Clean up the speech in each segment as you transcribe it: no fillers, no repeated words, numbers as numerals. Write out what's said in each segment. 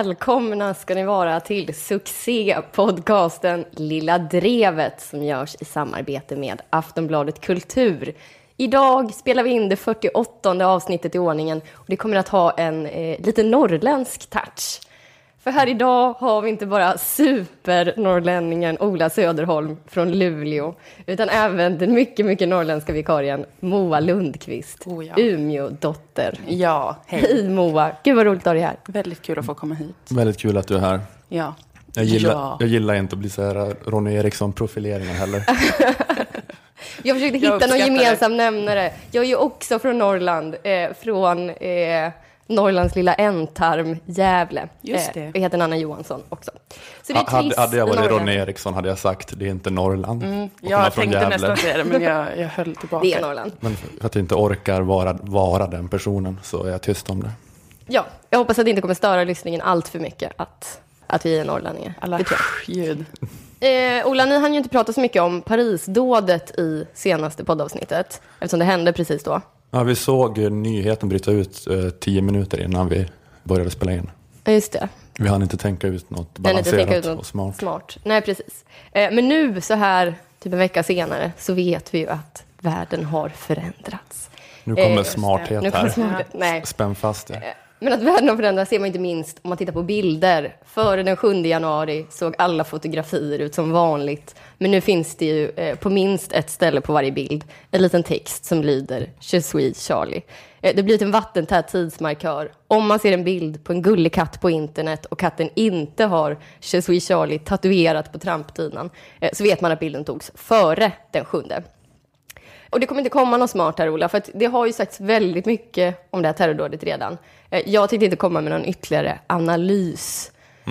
Välkomna ska ni vara till succépodcasten Lilla Drevet som görs i samarbete med Aftonbladet Kultur. Idag spelar vi in det 48:e avsnittet i ordningen och det kommer att ha en lite norrländsk touch. För här idag har vi inte bara supernorrlänningen Ola Söderholm från Luleå utan även den mycket norrländska vikarien Moa Lundqvist, Umeå-dotter. Ja, Hej Moa, gud vad roligt att ha dig här. Väldigt kul att få komma hit. Väldigt kul att du är här. Ja. Jag gillar inte att bli så här Ronny Eriksson-profileringen heller. Jag försökte hitta någon gemensam nämnare. Jag är ju också från Norrland, från Norrlands lilla ändtarm, Gävle. Just det. Jag heter Anna Johansson också. Så det är trist. Hade jag varit Ronny Eriksson hade jag sagt det är inte Norrland. Jag tänkte nästan säga det, men jag höll tillbaka. Det är Norrland. Men för att jag inte orkar vara den personen så är jag tyst om det. Ja, jag hoppas att det inte kommer störa lyssningen allt för mycket att vi är norrlänningar. Alla ljud. Ola, ni hann ju inte prata så mycket om Parisdådet i senaste poddavsnittet eftersom det hände precis då. Ja, vi såg nyheten bryta ut 10 minuter innan vi började spela in. Just det. Vi hann inte tänka ut något balanserat och smart. Nej, precis. Men nu så här, typ en vecka senare, så vet vi ju att världen har förändrats. Nu kommer smarthet här. Nej. Spänn fast det. Men att världen har förändrats ser man inte minst om man tittar på bilder. Före den 7 januari såg alla fotografier ut som vanligt. Men nu finns det ju på minst ett ställe på varje bild en liten text som lyder Je suis Charlie. Det blir en vattentät tidsmarkör. Om man ser en bild på en gullig katt på internet och katten inte har Je suis Charlie tatuerat på trampdynan så vet man att bilden togs före den 7. Och det kommer inte komma något smart här, Ola, för att det har ju sagts väldigt mycket om det här terrordådet redan. Jag tänkte inte komma med någon ytterligare analys.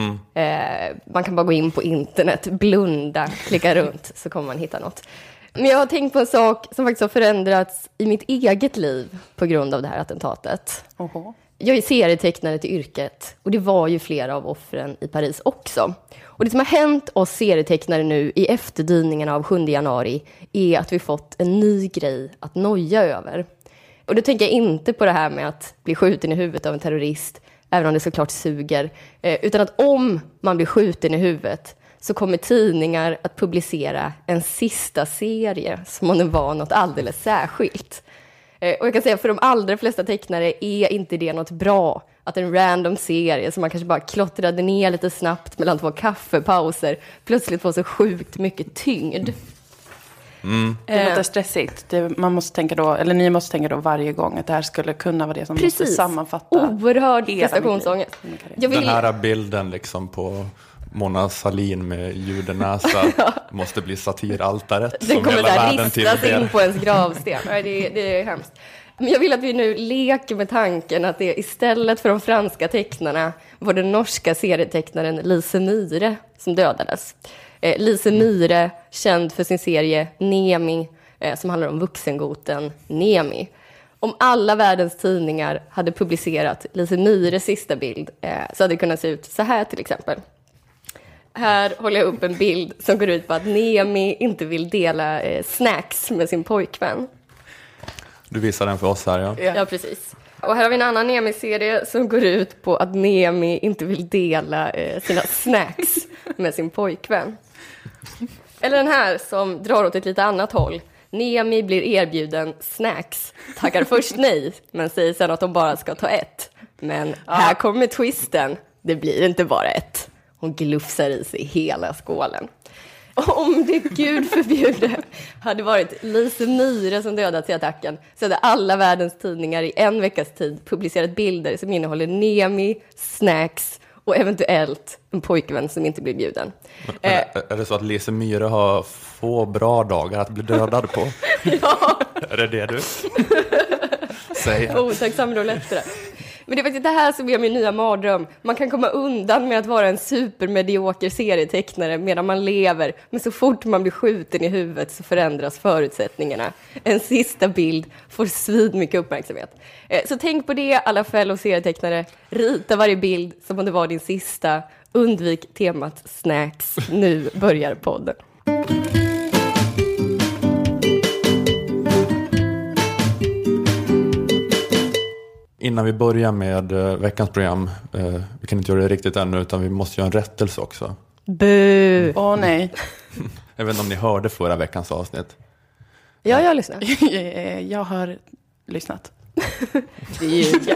Man kan bara gå in på internet, blunda, klicka runt så kommer man hitta något. Men jag har tänkt på en sak som faktiskt har förändrats i mitt eget liv på grund av det här attentatet. Jag är serietecknare till yrket och det var ju flera av offren i Paris också. Och det som har hänt oss serietecknare nu i efterdyningarna av 7 januari är att vi fått en ny grej att noja över. Och då tänker jag inte på det här med att bli skjuten i huvudet av en terrorist, även om det såklart suger, utan att om man blir skjuten i huvudet så kommer tidningar att publicera en sista serie som om det var något alldeles särskilt. Och jag kan säga för de allra flesta tecknare är inte det något bra. Att en random serie som man kanske bara klottrade ner lite snabbt mellan 2 kaffepauser plötsligt får så sjukt mycket tyngd. Det låter stressigt. Man måste tänka då, eller ni måste tänka då varje gång att det här skulle kunna vara det som måste sammanfatta. Oerhörd prestationsångest. Den här bilden liksom på Mona Sahlin med judenäsa måste bli satiraltaret. Den kommer där ristas in på ens gravsten. Det är hemskt. Men jag vill att vi nu leker med tanken att det istället för de franska tecknarna var den norska serietecknaren Lise Myhre som dödades. Lise Myhre, känd för sin serie Nemi, som handlar om vuxengoten Nemi. Om alla världens tidningar hade publicerat Lise Myhres sista bild så hade det kunnat se ut så här till exempel. Här håller jag upp en bild som går ut på att Nemi inte vill dela snacks med sin pojkvän. Du visar den för oss här, ja. Ja, precis. Och här har vi en annan Nemi-serie som går ut på att Nemi inte vill dela sina snacks med sin pojkvän. Eller den här som drar åt ett lite annat håll. Nemi blir erbjuden snacks, tackar först nej, men säger sen att de bara ska ta ett. Men här kommer twisten, det blir inte bara ett. Hon glufsar i sig hela skålen. Om det, Gud förbjude, hade varit Lise Myhre som dödats i attacken så hade alla världens tidningar i en veckas tid publicerat bilder som innehåller Nemi, snacks och eventuellt en pojkvän som inte blir bjuden. Är det så att Lise Myhre har få bra dagar att bli dödad på? Ja. Är det du säger? Otacksam roulette det. Men det är faktiskt det här som är min nya mardröm. Man kan komma undan med att vara en supermedioker serietecknare medan man lever. Men så fort man blir skjuten i huvudet så förändras förutsättningarna. En sista bild får svid mycket uppmärksamhet. Så tänk på det, alla fellow serietecknare. Rita varje bild som om det var din sista. Undvik temat snacks. Nu börjar podden. Innan vi börjar med veckans program, vi kan inte göra det riktigt ännu utan vi måste göra en rättelse också. Bu! Åh nej. Jag vet inte om ni hörde förra veckans avsnitt. Ja, jag har lyssnat. Jag har lyssnat. Det ljuger.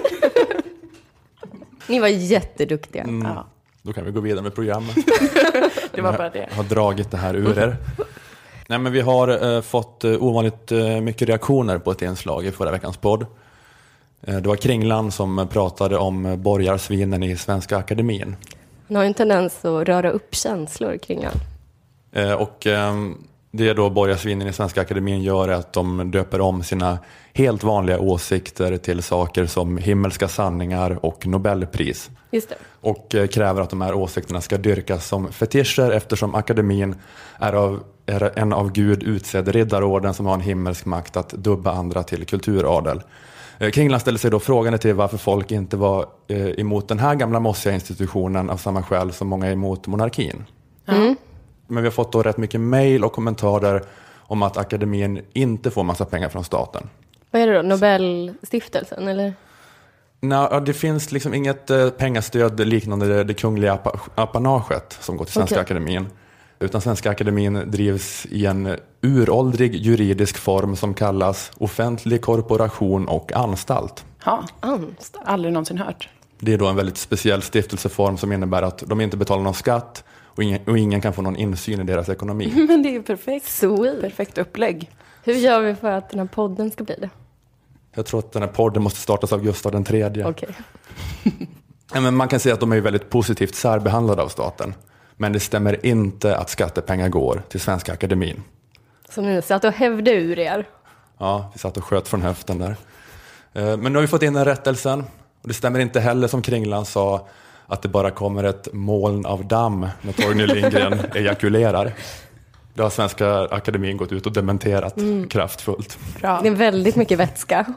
Ni var jätteduktiga. Ja. Då kan vi gå vidare med programmet. Det var bara det. Jag har dragit det här ur er. Nej, men vi har fått ovanligt mycket reaktioner på ett inslag i förra veckans podd. Det var Kringlan som pratade om borgarsvinen i Svenska Akademin. Han har en tendens att röra upp känslor kring han. Och det då borgarsvinen i Svenska Akademin gör är att de döper om sina helt vanliga åsikter till saker som himmelska sanningar och Nobelpris. Just det. Och kräver att de här åsikterna ska dyrkas som fetischer eftersom akademin är en av Gud utsedd riddarorden som har en himmelsk makt att dubba andra till kulturadel. Kringlan ställer sig då frågan till varför folk inte var emot den här gamla mossiga institutionen av samma skäl som många är emot monarkin. Mm. Men vi har fått då rätt mycket mejl och kommentarer om att akademin inte får massa pengar från staten. Vad är det då? Nobelstiftelsen eller? Nej, det finns liksom inget pengastöd liknande det kungliga apanaget som går till Svenska Akademin. Utan Svenska Akademin drivs i en uråldrig juridisk form som kallas offentlig korporation och anstalt. Ja, anstalt. Aldrig någonsin hört. Det är då en väldigt speciell stiftelseform som innebär att de inte betalar någon skatt och ingen kan få någon insyn i deras ekonomi. Men det är ju perfekt. Sweet. Perfekt upplägg. Hur gör vi för att den här podden ska bli det? Jag tror att den här podden måste startas av Gustav den tredje. Okej. Men man kan säga att de är väldigt positivt särbehandlade av staten. Men det stämmer inte att skattepengar går till Svenska Akademin. Så ni satt och hävde ur er. Ja, vi satt och sköt från höften där. Men nu har vi fått in den rättelsen. Och det stämmer inte heller som Kringlan sa att det bara kommer ett moln av damm när Torgny Lindgren ejakulerar. Det har Svenska Akademin gått ut och dementerat kraftfullt. Bra. Det är väldigt mycket vätska.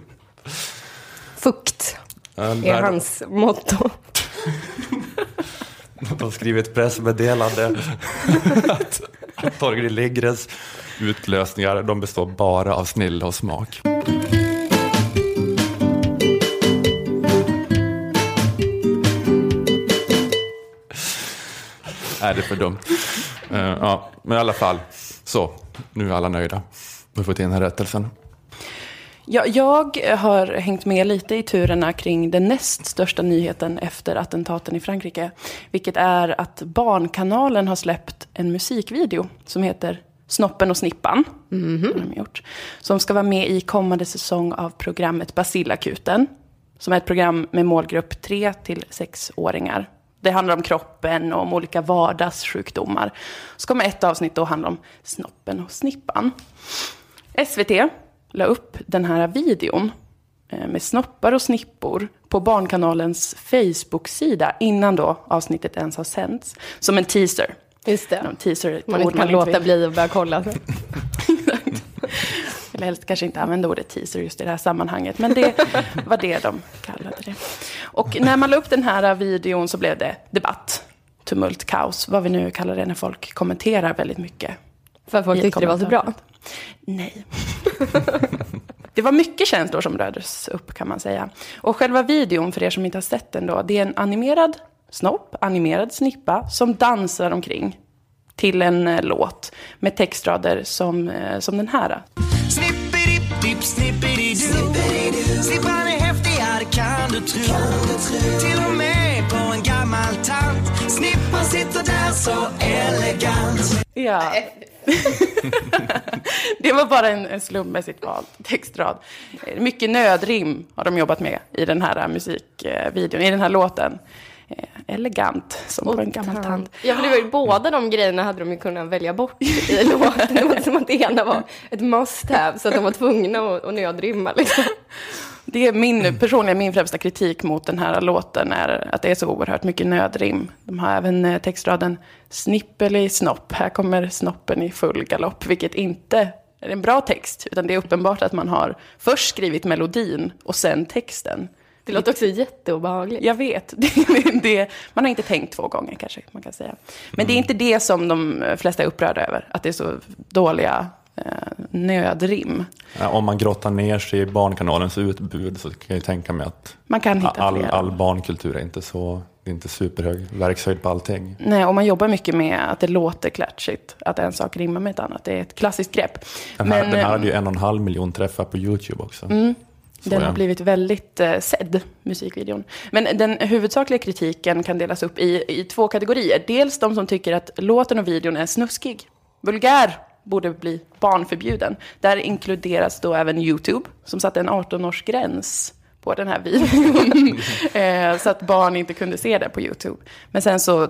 Fukt är hans motto. De har skrivit pressmeddelande att Torgny Lindgrens utlösningar de består bara av snille och smak. Nej, det är för dumt. Ja, men i alla fall. Så, nu är alla nöjda. Vi har fått in den här rättelsen. Ja, jag har hängt med lite i turerna kring den näst största nyheten efter attentaten i Frankrike. Vilket är att Barnkanalen har släppt en musikvideo som heter Snoppen och Snippan. Har de gjort, som ska vara med i kommande säsong av programmet Basilakuten. Som är ett program med målgrupp 3-6-åringar. Det handlar om kroppen och om olika vardagssjukdomar. Så kommer ett avsnitt då handla om Snoppen och Snippan. SVT la upp den här videon med snoppar och snippor på Barnkanalens Facebook-sida innan då avsnittet ens har sänds. Som en teaser. Just det. Teaser, man inte kan låta bli att börja kolla. Eller helst kanske inte använda ordet teaser just i det här sammanhanget. Men det var det de kallade det. Och när man la upp den här videon så blev det debatt, tumult, kaos. Vad vi nu kallar det när folk kommenterar väldigt mycket. För att folk tyckte det var så bra? Nej. Det var mycket känslor som rördes upp kan man säga. Och själva videon, för er som inte har sett den då, det är en animerad snopp, animerad snippa som dansar omkring till en låt med textrader som den här. Snippidi-dipp, snippidi-doo. Snippan är häftigare kan du tro. Till och med på en gammal tant. Snippan sitter där så elegant. Ja. Det var bara en slumpmässigt vald textrad. Mycket nödrim har de jobbat med i den här musikvideon, i den här låten. Elegant, som på en gammal tant. Ja, för det var ju båda de grejerna hade de ju kunnat välja bort i låten. Det var som att det ena var ett must-have, så att de var tvungna att nödrimma liksom. Det är min främsta kritik mot den här låten är att det är så oerhört mycket nödrim. De har även textraden snippeli snopp. Här kommer snoppen i full galopp, vilket inte är en bra text. Utan det är uppenbart att man har först skrivit melodin och sen texten. Det låter också jätteobehagligt. Jag vet. Man har inte tänkt 2 gånger kanske man kan säga. Men det är inte det som de flesta är upprörda över. Att det är så dåliga nödrim. Ja, om man grottar ner sig i Barnkanalens utbud så kan jag tänka mig att man kan hitta all barnkultur är inte superhög verkshöjd på allting. Nej, och man jobbar mycket med att det låter klatschigt. Att en sak rimmar med ett annat. Det är ett klassiskt grepp. Den här hade ju 1,5 miljon träffar på YouTube också. Den har blivit väldigt sedd, musikvideon. Men den huvudsakliga kritiken kan delas upp i 2 kategorier. Dels de som tycker att låten och videon är snuskig. Vulgär borde bli barnförbjuden. Där inkluderas då även YouTube, som satte en 18-årsgräns på den här videon. Så att barn inte kunde se det på YouTube. Men sen så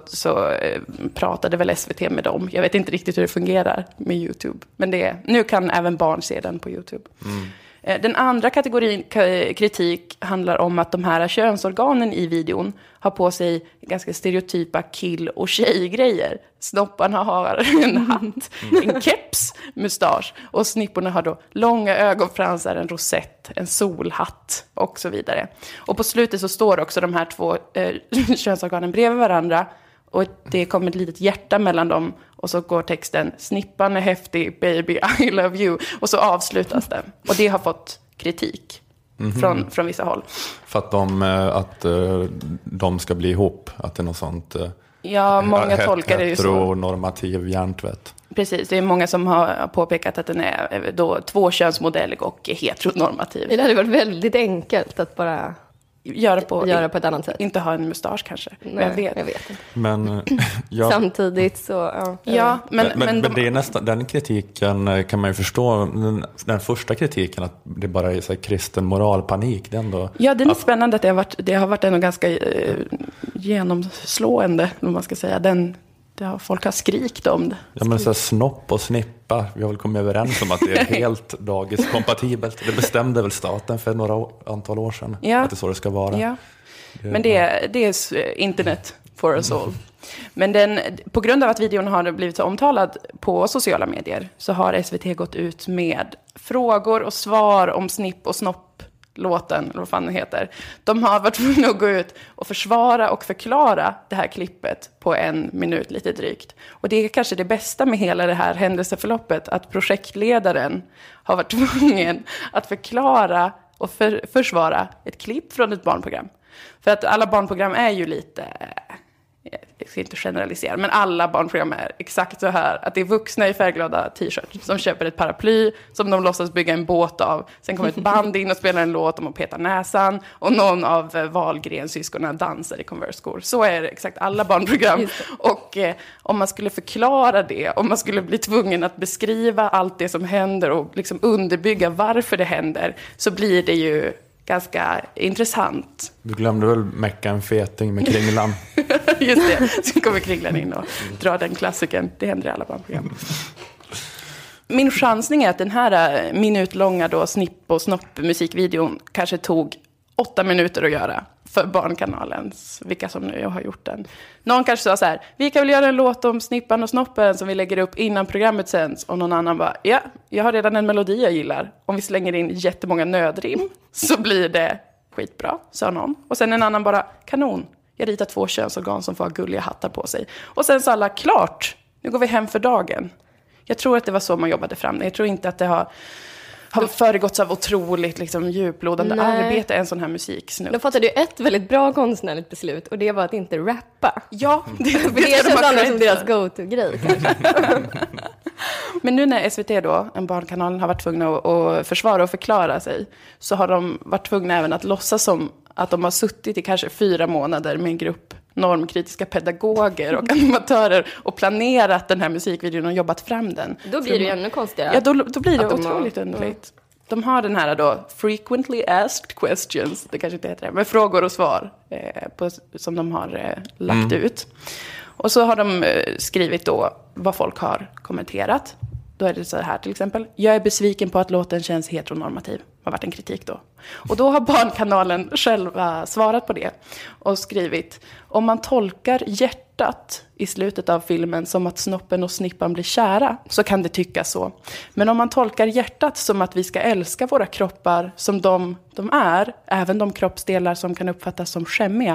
pratade väl SVT med dem. Jag vet inte riktigt hur det fungerar med YouTube. Men nu kan även barn se den på YouTube. Den andra kategorin kritik handlar om att de här könsorganen i videon har på sig ganska stereotypa kill- och tjejgrejer. Snopparna har en hatt, en keps, mustasch, och snipporna har då långa ögonfransar, en rosett, en solhatt och så vidare. Och på slutet så står också de här 2 könsorganen bredvid varandra, och det kommer ett litet hjärta mellan dem, och så går texten snippan är häftig, baby I love you, och så avslutas den. Och det har fått kritik från vissa håll. För att de ska bli ihop, att det är något sånt. Ja, många tolkar det ju så. Heteronormativ hjärntvätt. Precis, det är många som har påpekat att den är då 2-könsmodellig och heteronormativ. Det hade varit väldigt enkelt att bara göra på ett annat sätt. Inte ha en mustasch kanske. Nej, jag vet inte. Men samtidigt så men det är nästan den kritiken kan man ju förstå, den första kritiken att det bara är så här kristen moralpanik, det ändå. Ja, det är spännande att det har varit ändå ganska genomslående, om man ska säga. Folk har skrikt om det. Ja, men så här, snopp och snippa, vi har väl kommit överens om att det är helt dagiskompatibelt. Det bestämde väl staten för antal år sedan, att det är så det ska vara. Ja. Men det är internet for us all. Men på grund av att videon har blivit så omtalad på sociala medier, så har SVT gått ut med frågor och svar om snipp och snopplåten, eller vad fan det heter. De har varit tvungna att gå ut och försvara och förklara det här klippet på 1 minut lite drygt. Och det är kanske det bästa med hela det här händelseförloppet, att projektledaren har varit tvungen att förklara och försvara ett klipp från ett barnprogram. För att alla barnprogram är ju lite, jag ska inte generalisera, men alla barnprogram är exakt så här. Att det är vuxna i färgglada t-shirts som köper ett paraply som de låtsas bygga en båt av. Sen kommer ett band in och spelar en låt om att peta näsan. Och någon av Wahlgrens syskonen dansar i Converse-skor. Så är det exakt alla barnprogram. Och om man skulle förklara det, om man skulle bli tvungen att beskriva allt det som händer och liksom underbygga varför det händer, så blir det ju ganska intressant. Du glömde väl mecka en feting med Kringlan? Just det, så kommer Kringlan in och drar den klassiken. Det händer i alla barnprogram. Min chansning är att den här minutlånga då snipp- och snopp-musikvideon kanske tog 8 minuter att göra för Barnkanalens, vilka som nu har gjort den. Någon kanske sa så här: vi kan väl göra en låt om snippan och snoppen som vi lägger upp innan programmet sänds. Och någon annan bara, ja, jag har redan en melodi jag gillar. Om vi slänger in jättemånga nödrim så blir det skitbra, sa någon. Och sen en annan bara, kanon, jag ritar 2 könsorgan som får ha gulliga hattar på sig. Och sen sa alla, klart, nu går vi hem för dagen. Jag tror att det var så man jobbade fram det. Jag tror inte att det har föregåtts av otroligt liksom, djuplodande arbete, en sån här musiksnutt. De fattade ju ett väldigt bra konstnärligt beslut, och det var att inte rappa. Ja, det känns annars som deras go-to-grej kanske. Men nu när SVT då, en barnkanal, har varit tvungna att försvara och förklara sig, så har de varit tvungna även att låtsas som att de har suttit i kanske 4 månader med en grupp normkritiska pedagoger och animatörer och planerat den här musikvideon och jobbat fram den. Då blir det ju ännu konstigare. Ja, då blir det otroligt underligt. De har den här då, frequently asked questions, det kanske inte heter det, men frågor och svar som de har lagt ut. Och så har de skrivit då vad folk har kommenterat. Då är det så här till exempel: jag är besviken på att låten känns heteronormativ. Har varit en kritik då. Och då har Barnkanalen själva svarat på det och skrivit: om man tolkar hjärtat i slutet av filmen som att snoppen och snippan blir kära, så kan det tyckas så. Men om man tolkar hjärtat som att vi ska älska våra kroppar som de är, även de kroppsdelar som kan uppfattas som skämmiga,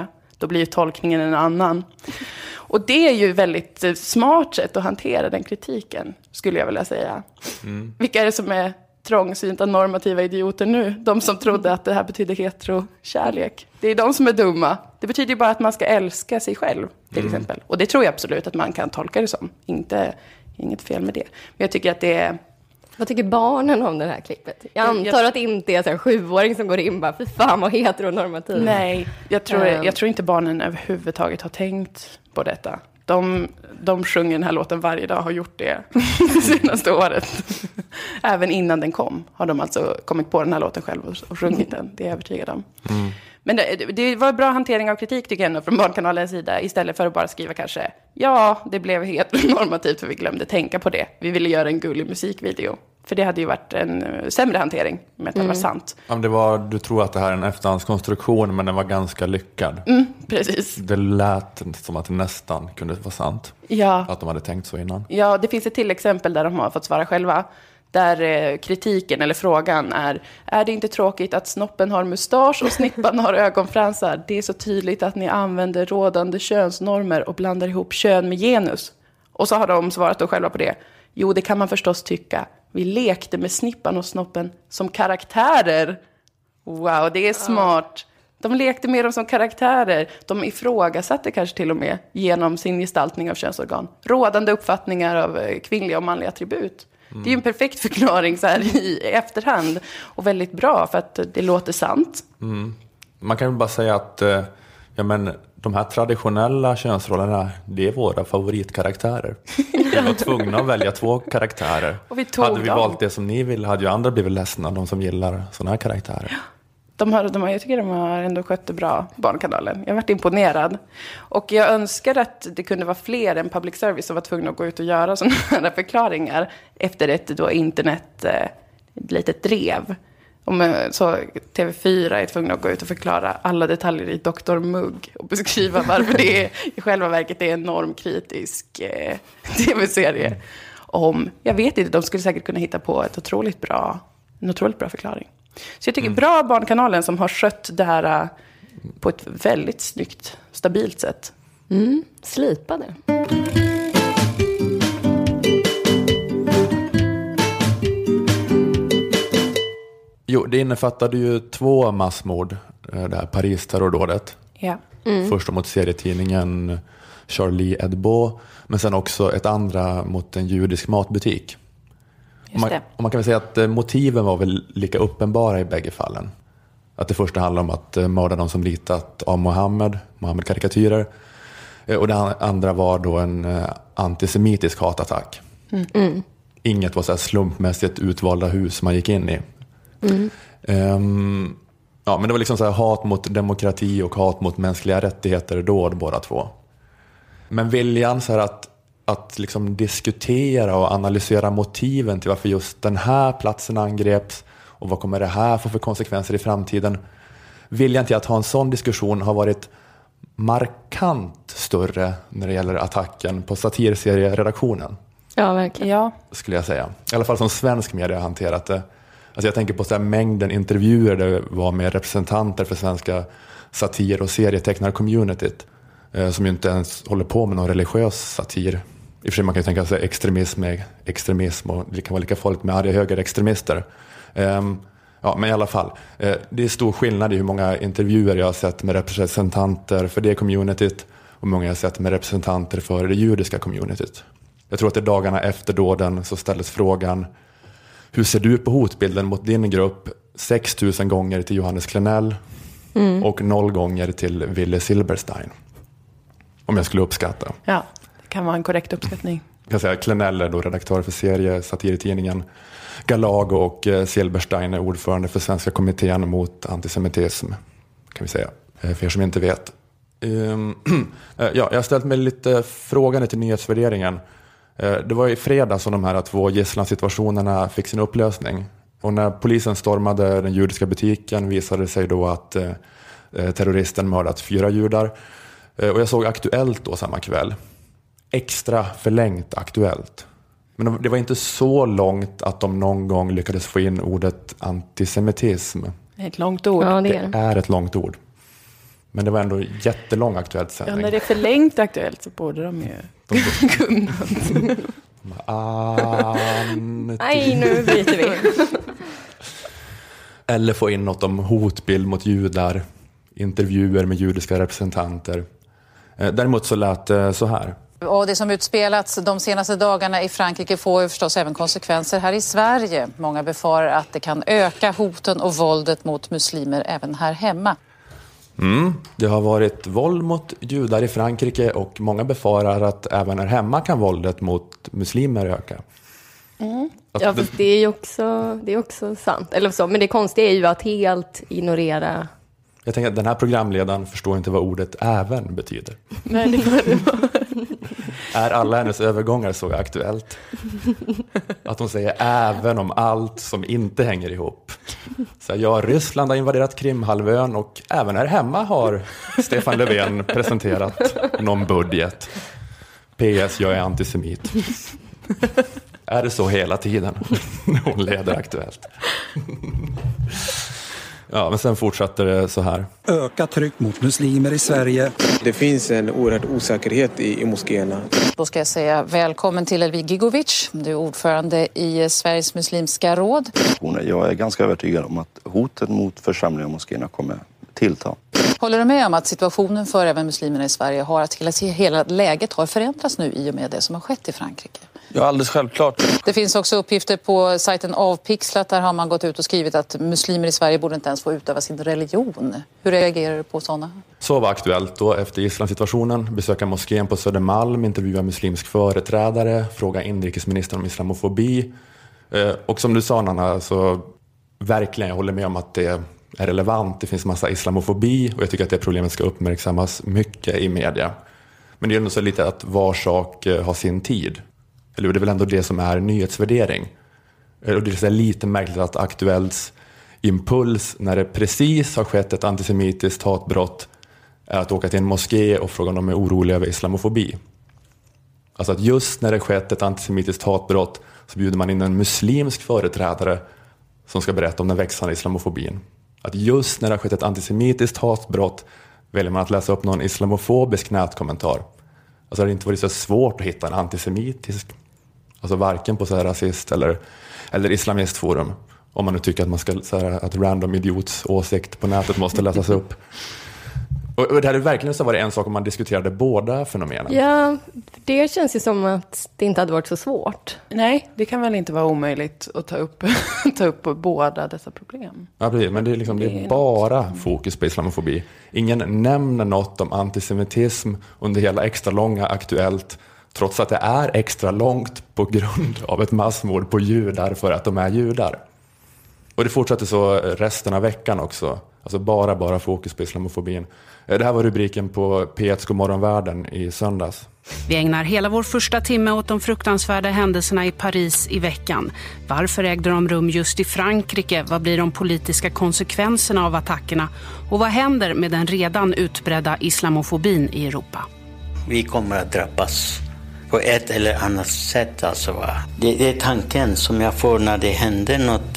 då blir ju tolkningen en annan. Och det är ju väldigt smart sätt att hantera den kritiken, skulle jag vilja säga. Vilka är det som är trångsynta normativa idioter nu? De som trodde att det här betyder heterokärlek. Det är de som är dumma. Det betyder ju bara att man ska älska sig själv, till exempel. Och det tror jag absolut att man kan tolka det som. Inget fel med det. Men jag tycker att det är... Vad tycker barnen om det här klippet? Jag antar att det inte är en 7-åring som går in bara, för fan vad heteronormativ. Nej, jag tror inte barnen överhuvudtaget har tänkt på detta. De sjunger den här låten varje dag, har gjort det senaste året. Även innan den kom har de alltså kommit på den här låten själv och sjungit den. Det är jag övertygad om. Men det var bra hantering av kritik tycker jag ändå från Barnkanalens sida. Istället för att bara skriva kanske, ja det blev heteronormativt för vi glömde tänka på det. Vi ville göra en gullig musikvideo. För det hade ju varit en sämre hantering med att det var sant. Ja, du tror att det här är en efterhandskonstruktion, men den var ganska lyckad. Precis. Det lät som att det nästan kunde vara sant. Ja. Att de hade tänkt så innan. Ja, det finns ett till exempel där de har fått svara själva. Där kritiken eller frågan är det inte tråkigt att snoppen har mustasch och snippan har ögonfransar? Det är så tydligt att ni använder rådande könsnormer och blandar ihop kön med genus. Och så har de svarat då själva på det. Jo, det kan man förstås tycka. Vi lekte med snippan och snoppen som karaktärer. Wow, det är smart. De lekte med dem som karaktärer. De ifrågasatte kanske till och med genom sin gestaltning av könsorgan rådande uppfattningar av kvinnliga och manliga attribut. Det är ju en perfekt förklaring så här i efterhand. Och väldigt bra för att det låter sant. Man kan ju bara säga att de här traditionella könsrollerna, det är våra favoritkaraktärer. Vi var tvungna att välja 2 karaktärer. Och vi tog hade vi valt det som ni ville, hade ju andra blivit ledsna, de som gillar sådana här karaktärer. Jag tycker de har ändå skött det bra, Barnkanalen. Jag har varit imponerad. Och jag önskar att det kunde vara fler än public service som var tvungna att gå ut och göra sådana här förklaringar efter ett internet litet drev. Så TV4 är tvungna att gå ut och förklara alla detaljer i Dr. Mugg och beskriva varför det är, i själva verket är en normkritisk TV-serie. Jag vet inte, de skulle säkert kunna hitta på en otroligt bra förklaring. Så jag tycker bra Barnkanalen som har skött det här på ett väldigt snyggt, stabilt sätt. Slipade. Jo, det innefattade ju 2 massmord, det här Paris-terrordådet. Ja. Först mot serietidningen Charlie Hebdo, men sen också ett andra mot en judisk matbutik. Och man kan väl säga att motiven var väl lika uppenbara i bägge fallen. Att det första handlar om att mörda de som ritat av Mohammed-karikatyrer. Och det andra var då en antisemitisk hatattack. Inget var så här slumpmässigt utvalda hus man gick in i. Men det var liksom så här hat mot demokrati och hat mot mänskliga rättigheter då, båda 2. Men viljan så här att liksom diskutera och analysera motiven till varför just den här platsen angreps och vad kommer det här få för konsekvenser i framtiden. Viljan till att ha en sån diskussion har varit markant större när det gäller attacken på satirserieredaktionen. Ja, verkligen. Ja. Skulle jag säga. I alla fall som svensk media har hanterat det. Alltså jag tänker på så här mängden intervjuer där det var med representanter för svenska satir- och serietecknar-communityt. Som ju inte ens håller på med någon religiös satir. I och för sig man kan ju tänka sig extremism och det kan vara lika farligt med arga högerextremister. Men i alla fall. Det är stor skillnad i hur många intervjuer jag har sett med representanter för det communityt och hur många jag har sett med representanter för det judiska communityt. Jag tror att det dagarna efter dåden så ställdes frågan: hur ser du på hotbilden mot din grupp? 6 000 gånger till Johannes Klenell och 0 gånger till Ville Silberstein. Om jag skulle uppskatta. Ja, det kan vara en korrekt uppskattning. Jag kan säga Klenell är då redaktör för satirtidningen Galago och Silberstein är ordförande för Svenska kommittén mot antisemitism. Kan vi säga, för er som inte vet. Jag har ställt mig lite frågan till nyhetsvärderingen. Det var i fredag som de här 2 gisslansituationerna fick sin upplösning. Och när polisen stormade den judiska butiken visade det sig då att terroristen mördat 4 judar. Och jag såg Aktuellt då samma kväll. Extra förlängt Aktuellt. Men det var inte så långt att de någon gång lyckades få in ordet antisemitism. Ett långt ord. Ja, det är ett långt ord. Men det var ändå jättelång Aktuellt sändning. Ja, när det är förlängt Aktuellt så borde de ju kunna. Nej, nu byter vi. Eller få in något om hotbild mot judar, intervjuer med judiska representanter. Däremot så lät det så här. Och det som utspelats de senaste dagarna i Frankrike får ju förstås även konsekvenser här i Sverige. Många befarar att det kan öka hoten och våldet mot muslimer även här hemma. Det har varit våld mot judar i Frankrike och många befarar att även här hemma kan våldet mot muslimer öka. Ja, fast det är också sant. Eller så, men det konstiga är ju att helt ignorera. Jag tänker att den här programledaren förstår inte vad ordet även betyder. Nej, det var. Är alla hennes övergångar så Aktuellt? Att hon säger även om allt som inte hänger ihop. Så ja, Ryssland har invaderat Krimhalvön och även här hemma har Stefan Löfven presenterat någon budget. PS, jag är antisemit. Är det så hela tiden när hon leder Aktuellt? Ja, men sen fortsatte det så här. Öka tryck mot muslimer i Sverige. Det finns en oerhörd osäkerhet i moskéerna. Då ska jag säga välkommen till Elvig Gigovic. Du är ordförande i Sveriges muslimska råd. Jag är ganska övertygad om att hotet mot församlingar och moskéerna kommer tillta. Håller du med om att situationen för även muslimerna i Sverige har att hela läget har förändrats nu i och med det som har skett i Frankrike? Ja, alldeles självklart. Det finns också uppgifter på sajten Avpixlat. Där har man gått ut och skrivit att muslimer i Sverige borde inte ens få utöva sin religion. Hur reagerar du på sådana? Så var Aktuellt då efter islamsituationen. Besöka moskén på Södermalm, intervjua muslimsk företrädare, fråga inrikesministern om islamofobi. Och som du sa, Nanna, så verkligen jag håller med om att det är relevant. Det finns massa islamofobi och jag tycker att det problemet ska uppmärksammas mycket i media. Men det är ändå så lite att var sak har sin tid. Eller det är väl ändå det som är nyhetsvärdering. Och det är lite märkligt att Aktuellts impuls när det precis har skett ett antisemitiskt hatbrott är att åka till en moské och fråga om de är oroliga över islamofobi. Alltså att just när det skett ett antisemitiskt hatbrott så bjuder man in en muslimsk företrädare som ska berätta om den växande islamofobin. Att just när det har skett ett antisemitiskt hatbrott väljer man att läsa upp någon islamofobisk nätkommentar. Alltså det har inte varit så svårt att hitta en antisemitisk, alltså varken på så här rasist eller islamistforum, om man nu tycker att man ska så här, att random idiots åsikt på nätet måste läsas upp. Och det här är verkligen så var det en sak om man diskuterade båda fenomenen. Ja, det känns ju som att det inte hade varit så svårt. Nej, det kan väl inte vara omöjligt att ta upp båda dessa problem. Ja, precis, men det är bara fokus på islamofobi. Ingen nämner något om antisemitism under hela extra långa Aktuellt, trots att det är extra långt på grund av ett massmord på judar för att de är judar. Och det fortsatte så resten av veckan också. Alltså bara fokus på islamofobin. Det här var rubriken på P1 Godmorgonvärlden i söndags. Vi ägnar hela vår första timme åt de fruktansvärda händelserna i Paris i veckan. Varför ägde de rum just i Frankrike? Vad blir de politiska konsekvenserna av attackerna? Och vad händer med den redan utbredda islamofobin i Europa? Vi kommer att drabbas på ett eller annat sätt. Alltså, va? Det är tanken som jag får när det händer något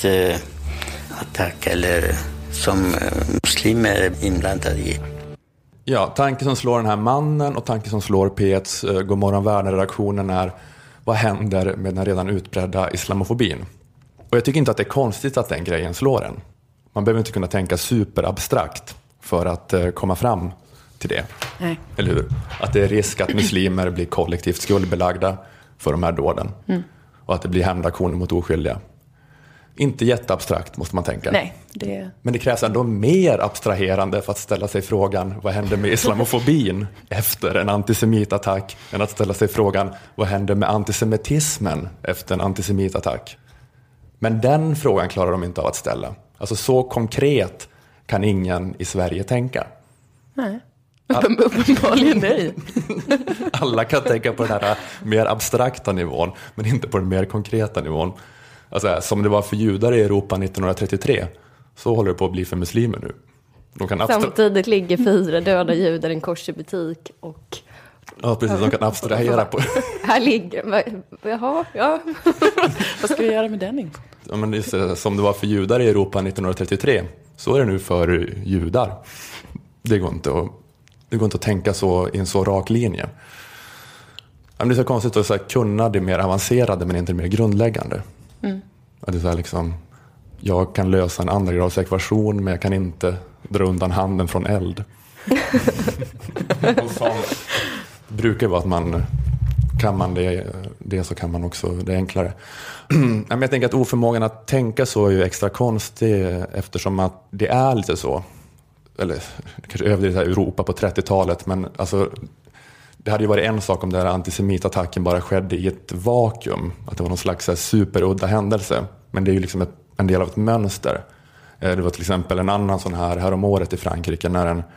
attack eller som muslimer är inblandade i. Ja, tanken som slår den här mannen och tanken som slår P1s Godmorgonvärlden-redaktionen är: vad händer med den redan utbredda islamofobin? Och jag tycker inte att det är konstigt att den grejen slår en. Man behöver inte kunna tänka superabstrakt för att komma fram till det. Nej. Eller hur? Att det är risk att muslimer blir kollektivt skuldbelagda för de här dåden. Och att det blir hämndaktioner mot oskyldiga. Inte jätteabstrakt måste man tänka. Nej, Men det krävs ändå mer abstraherande för att ställa sig frågan: vad händer med islamofobin efter en antisemitattack, än att ställa sig frågan: vad händer med antisemitismen efter en antisemitattack? Men den frågan klarar de inte av att ställa. Alltså så konkret kan ingen i Sverige tänka. Nej. Uppenbarligen nej. Alla kan tänka på den här mer abstrakta nivån, men inte på den mer konkreta nivån. Alltså, som det var för judar i Europa 1933, så håller det på att bli för muslimer nu. Samtidigt ligger 4 döda judar i en korsbutik och... Ja, precis. De kan abstrahera på... Här ligger... Jaha, ja. Vad ska vi göra med den info? Ja, men det är som det var för judar i Europa 1933, så är det nu för judar. Det går inte att tänka så i en så rak linje. Men det är så konstigt att så här, kunna det mer avancerade men inte det mer grundläggande. Att det är så här, liksom, jag kan lösa en andra grads ekvation men jag kan inte dra undan handen från eld. Och sånt brukar vara att kan man det så kan man också det enklare. Men jag tänker att oförmågan att tänka så är ju extra konstig eftersom att det är lite så. Eller kanske överdrivet i Europa på 30-talet, men alltså det hade ju varit en sak om den här antisemitattacken bara skedde i ett vakuum. Att det var någon slags superudda händelse. Men det är ju liksom en del av ett mönster. Det var till exempel en annan sån här om året i Frankrike när en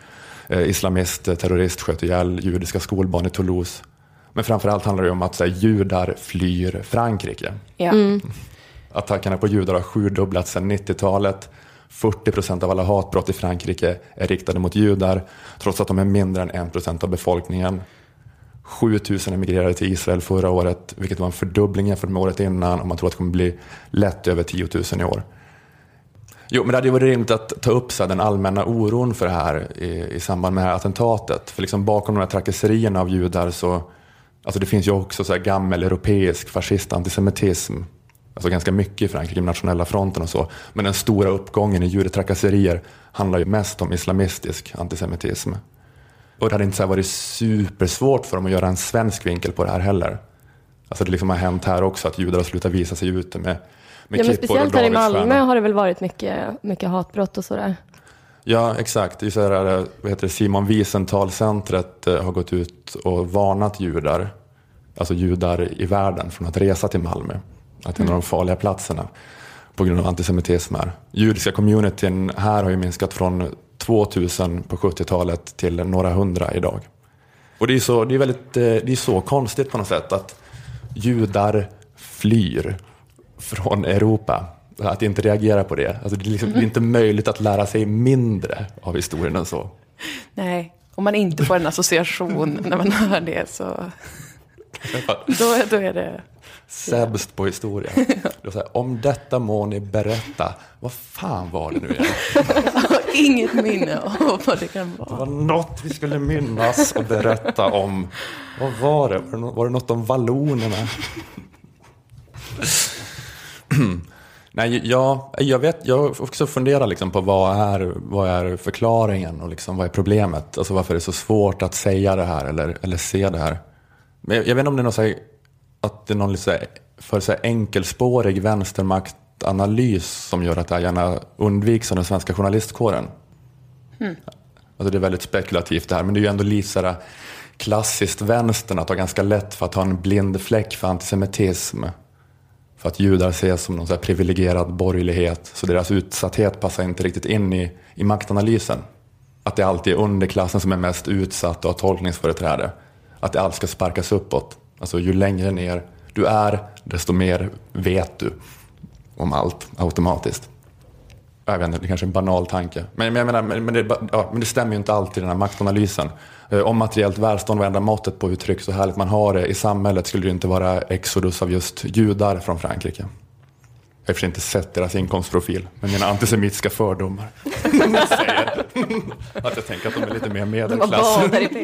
terrorist sköt ihjäl judiska skolbarn i Toulouse. Men framförallt handlar det om att så här, judar flyr Frankrike. Ja. Attackerna på judar har 7-dubblats sedan 90-talet. 40% av alla hatbrott i Frankrike är riktade mot judar, trots att de är mindre än 1% av befolkningen. 7000 emigrerade till Israel förra året, vilket var en fördubbling jämfört med året innan, och man tror att det kommer bli lätt över 10 000 i år. Jo, men det hade ju varit rimligt att ta upp så här, den allmänna oron för det här i samband med det här attentatet. För liksom bakom de här trakasserierna av judar så, alltså det finns ju också så här gammal europeisk fascist antisemitism. Alltså ganska mycket i Frankrike, nationella fronten och så. Men den stora uppgången i judetrakasserier handlar ju mest om islamistisk antisemitism. Och det hade inte så varit supersvårt för dem att göra en svensk vinkel på det här heller. Alltså det liksom har hänt här också att judar har slutat visa sig ute med men speciellt här i Malmö har det väl varit mycket hatbrott och sådär. Ja, exakt. Det är så här, vad heter det, Simon Wiesenthal-centret har gått ut och varnat judar, alltså judar i världen, från att resa till Malmö. Att det är en av de farliga platserna på grund av antisemitism här. Judiska communityn här har ju minskat från 2000 på 70-talet till några hundra idag. Och det är så konstigt på något sätt att judar flyr från Europa. Att inte reagera på det. Alltså det är inte möjligt att lära sig mindre av historien än så. Nej, om man inte får en association när man hör det så då är det sämst på historia. Det så här, om detta må ni berätta. Vad fan var det nu igen? Inget minne av vad det kan vara. Det var något vi skulle minnas och berätta om. Vad var det? Var det något om vallonerna? Nej, jag vet. Jag också funderar liksom på vad är förklaringen och liksom vad är problemet? Alltså varför är det så svårt att säga det här eller se det här? Men jag vet inte om det är något så här, att det är någon lite för så här enkelspårig vänstermaktanalys som gör att det gärna undviks av den svenska journalistkåren. Alltså det är väldigt spekulativt det här, men det är ju ändå lite så här klassiskt vänstern att ha ganska lätt för att ha en blind fläck för antisemitism. För att judar ses som någon så här privilegierad borgerlighet, så deras utsatthet passar inte riktigt in i maktanalysen. Att det alltid är underklassen som är mest utsatt och har tolkningsföreträde. Att det allt ska sparkas uppåt. Alltså ju längre ner du är, desto mer vet du om allt automatiskt. Jag vet inte, det är kanske är en banal tanke. Men jag menar, men det stämmer ju inte alltid den här maktanalysen. Om materiellt välstånd var enda måttet på hur tryggt så härligt man har det i samhället skulle det inte vara exodus av just judar från Frankrike. Jag har inte sett deras inkomstprofil, men mina antisemitiska fördomar säger att jag tänker att de är lite mer medelklass.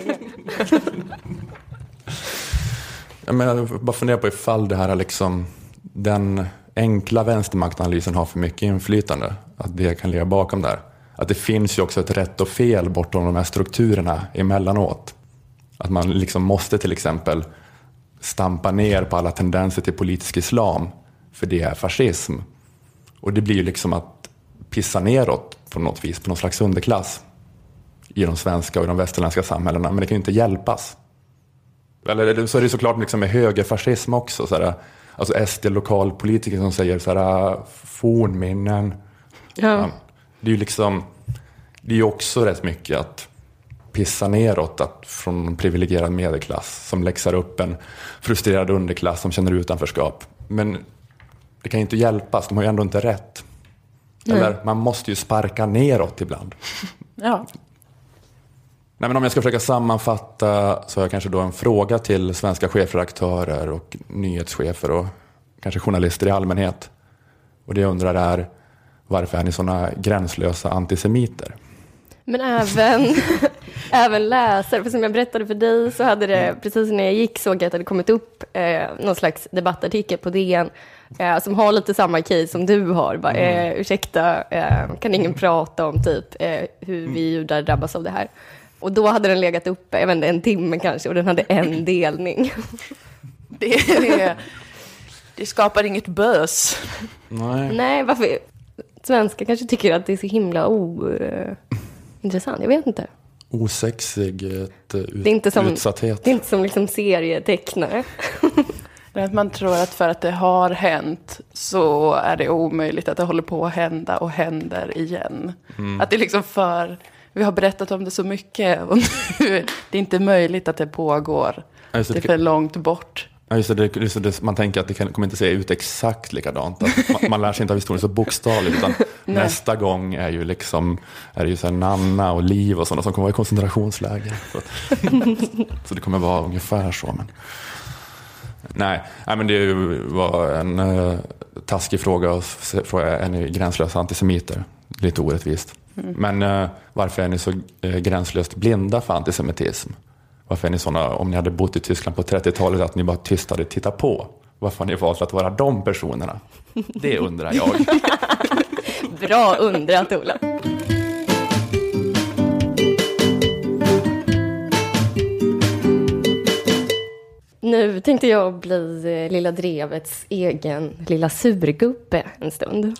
Jag bara funderar på ifall det här är liksom den enkla vänstermaktanalysen har för mycket inflytande. Att det kan ligga bakom där. Att det finns ju också ett rätt och fel bortom de här strukturerna emellanåt. Att man liksom måste till exempel stampa ner på alla tendenser till politisk islam. För det är fascism. Och det blir ju liksom att pissa neråt på något vis, på någon slags underklass. I de svenska och de västerländska samhällena. Men det kan ju inte hjälpas. Eller så är det såklart liksom med högerfascism också. Så här, alltså SD-lokalpolitiker som säger så här, fornminnen. Ja. Det är ju liksom, det är ju också rätt mycket att pissa neråt från en privilegierad medelklass som läxar upp en frustrerad underklass som känner utanförskap. Men det kan ju inte hjälpas, de har ju ändå inte rätt. Eller man måste ju sparka neråt ibland. Ja. Nej, men om jag ska försöka sammanfatta så har jag kanske då en fråga till svenska chefredaktörer och nyhetschefer och kanske journalister i allmänhet. Och det jag undrar är, varför är ni såna gränslösa antisemiter? Men även läsare, för som jag berättade för dig så hade det, precis när jag gick såg jag att det hade kommit upp någon slags debattartikel på DN som har lite samma case som du har. Bara, ursäkta, kan ingen prata om typ hur vi judar drabbas av det här? Och då hade den legat uppe, jag vet inte, en timme kanske, och den hade en delning. Det skapar inget bös. Nej, varför? Svenskar kanske tycker att det är så himla intressant, jag vet inte. Osexighet, utsatthet. Det är inte som liksom serietecknare. Att man tror att för att det har hänt så är det omöjligt att det håller på att hända och händer igen. Att det liksom vi har berättat om det så mycket och nu det är inte möjligt att det pågår. Det är för långt bort. Ja, just det, man tänker att det kommer inte se ut exakt likadant. Att man lär sig inte av historien så bokstavligt, utan nästa gång är ju liksom är det ju så här Nanna och Liv och sådana som kommer vara i koncentrationsläger. Så det kommer vara ungefär så. Men nej, men det var en taskig fråga att fråga, är ni gränslösa antisemiter? Lite orättvist. Men varför är ni så gränslöst blinda för antisemitism? Varför är ni såna, om ni hade bott i Tyskland på 30-talet, att ni bara tyst hade tittat på? Varför har ni valt att vara de personerna? Det undrar jag. Bra undrat, Ola. Nu tänkte jag bli Lilla Drevets egen lilla surgubbe en stund.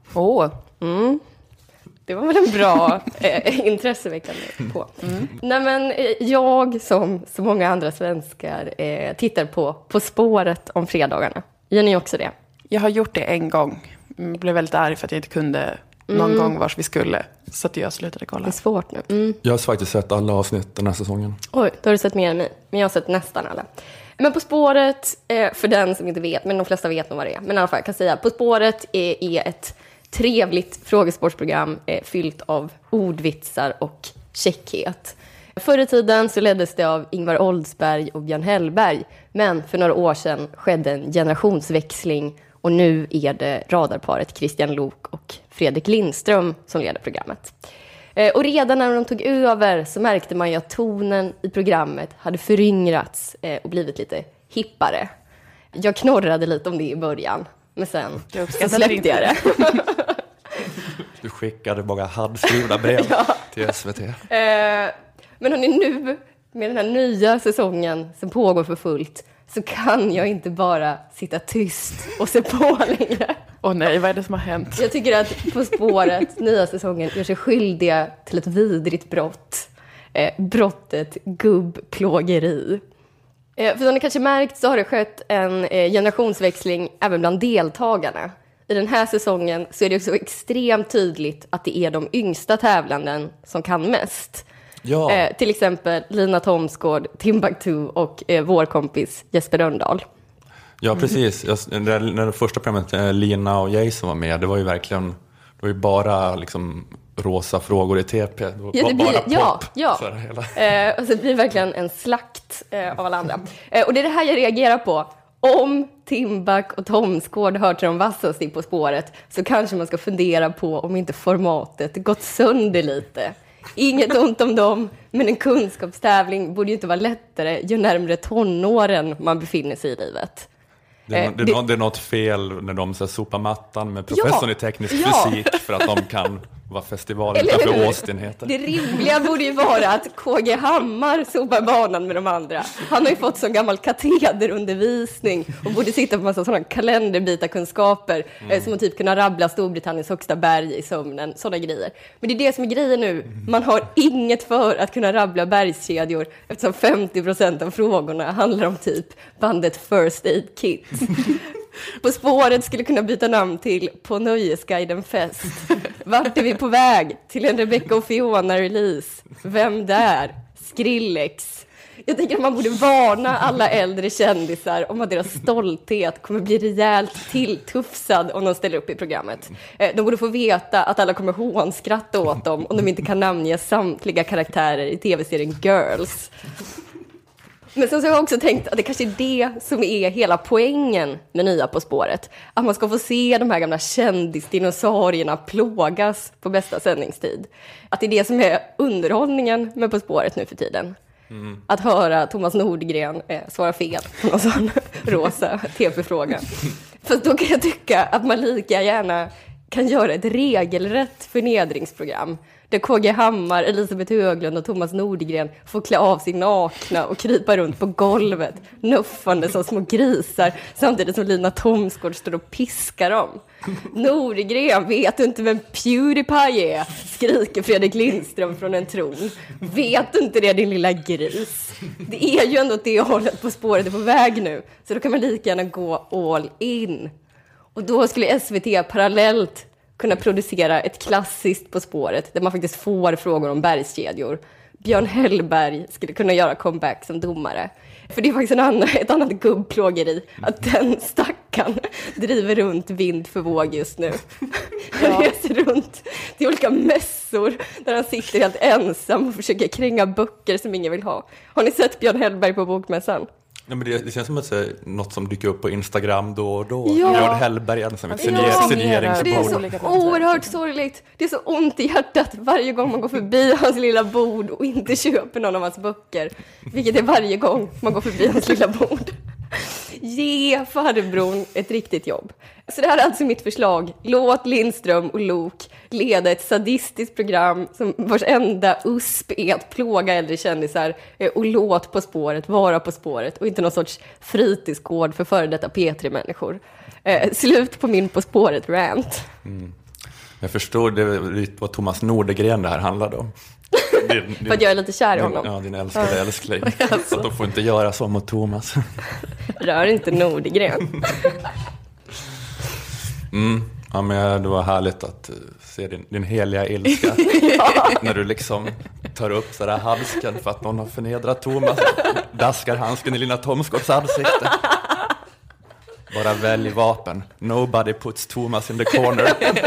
Det var väl en bra intresseväckande på. Nej, men jag som så många andra svenskar tittar på spåret om fredagarna. Gör ni också det? Jag har gjort det en gång. Jag blev väldigt arg för att jag inte kunde någon gång vars vi skulle. Så att jag slutade kolla. Det är svårt nu. Jag har faktiskt sett alla avsnitt den här säsongen. Oj, då har du sett mer än mig. Men jag har sett nästan alla. Men På spåret, för den som inte vet, men de flesta vet nog vad det är. Men i alla fall, jag kan säga, På spåret är ett trevligt frågesportsprogram fyllt av ordvitsar och käckhet. Förr i tiden så leddes det av Ingvar Oldsberg och Björn Hellberg, men för några år sedan skedde en generationsväxling och nu är det radarparet Christian Lok och Fredrik Lindström som leder programmet. Och redan när de tog över så märkte man ju att tonen i programmet hade föryngrats och blivit lite hippare. Jag knorrade lite om det i början, men sen så släppte jag det. Du skickade bara handskrivna brev till SVT. Men hörni, nu med den här nya säsongen som pågår för fullt så kan jag inte bara sitta tyst och se på längre. Åh nej, vad är det som har hänt? Jag tycker att På spåret, nya säsongen, gör sig skyldiga till ett vidrigt brott. Brottet gubbplågeri. För som ni kanske märkt så har det skett en generationsväxling även bland deltagarna. I den här säsongen så är det så extremt tydligt att det är de yngsta tävlanden som kan mest. Ja. Till exempel Lina Thomsgård, Timbuktu och vår kompis Jesper Rönndahl. Ja, precis. När det första programmet Lina och Jason var med, det var ju verkligen, det var ju bara liksom rosa frågor i TP. Ja, det blir, bara pop. Och så blir det verkligen en slakt av alla andra. Och det är det här jag reagerar på. Om Timbuk och Thomsgård hör till de vassaste På spåret så kanske man ska fundera på om inte formatet gått sönder lite. Inget ont om dem, men en kunskapstävling borde ju inte vara lättare ju närmare tonåren man befinner sig i livet. Det är något fel när de så sopar mattan med professorn i teknisk fysik för att de kan vara festival utanför Austin heter. Det rimliga borde ju vara att KG Hammar sopar banan med de andra. Han har ju fått sån gammal katederundervisning och borde sitta på massa sådana kalenderbitarkunskaper som att typ kunna rabbla Storbritanniens högsta berg i sömnen, sådana grejer. Men det är det som är grejen nu. Man har inget för att kunna rabbla bergskedjor eftersom 50% av frågorna handlar om typ bandet First Aid Kit. På spåret skulle kunna byta namn till På Nöjesguiden Fest. Vart är vi på väg? Till en Rebecca och Fiona-release. Vem där? Skrillex. Jag tänker att man borde varna alla äldre kändisar om att deras stolthet kommer bli rejält tilltufsad om de ställer upp i programmet. De borde få veta att alla kommer hånskratta åt dem om de inte kan namnge samtliga karaktärer i tv-serien Girls. Men sen så har jag också tänkt att det kanske är det som är hela poängen med nya På spåret. Att man ska få se de här gamla kändisdinosaurierna plågas på bästa sändningstid. Att det är det som är underhållningen med På spåret nu för tiden. Att höra Thomas Nordgren svara fel på någon sån rosa tv-fråga. För då kan jag tycka att man lika gärna kan göra ett regelrätt förnedringsprogram där KG Hammar, Elisabeth Höglund och Thomas Nordgren får klä av sig nakna och krypa runt på golvet, nuffande som små grisar, samtidigt som Lina Thomsgård står och piskar dem. Nordgren, vet du inte vem PewDiePie är? Skriker Fredrik Lindström från en tron. Vet du inte det, din lilla gris? Det är ju ändå det hållet På spåret är på väg nu, så då kan man lika gärna gå all in. Och då skulle SVT parallellt kunna producera ett klassiskt På spåret där man faktiskt får frågor om bergskedjor. Björn Hellberg skulle kunna göra comeback som domare. För det är faktiskt ett annat gubbplågeri att den stackaren driver runt vind för våg just nu. Han reser runt till olika mässor där han sitter helt ensam och försöker kränga böcker som ingen vill ha. Har ni sett Björn Hellberg på bokmässan? Nej, men det känns som att det är något som dyker upp på Instagram då och då. Ja. Björn Hellberg ensam, signeringsbord. Det är så oerhört sorgligt. Det är så ont i hjärtat varje gång man går förbi hans lilla bord och inte köper någon av hans böcker. Vilket är varje gång man går förbi hans lilla bord. Ge farbrorn ett riktigt jobb. Så det här är alltså mitt förslag. Låt Lindström och Lok leda ett sadistiskt program som vars enda USP är att plåga äldre kändisar, och låt På spåret vara På spåret och inte någon sorts fritidsgård för före detta P3-människor. Slut på min På spåret-rant. Jag förstår det var Thomas Nordgren det här handlade om. För att jag är lite kär i honom. Ja, din älskade älskling. Så att de får inte göra så mot Thomas. Rör inte Nordgren. Ja, men det var härligt att se din heliga ilska. När du liksom tar upp sådär handsken för att någon har förnedrat Thomas. Daskar handsken i Lina Thomsgårds ansikte. Bara välj vapen. Nobody puts Thomas in the corner.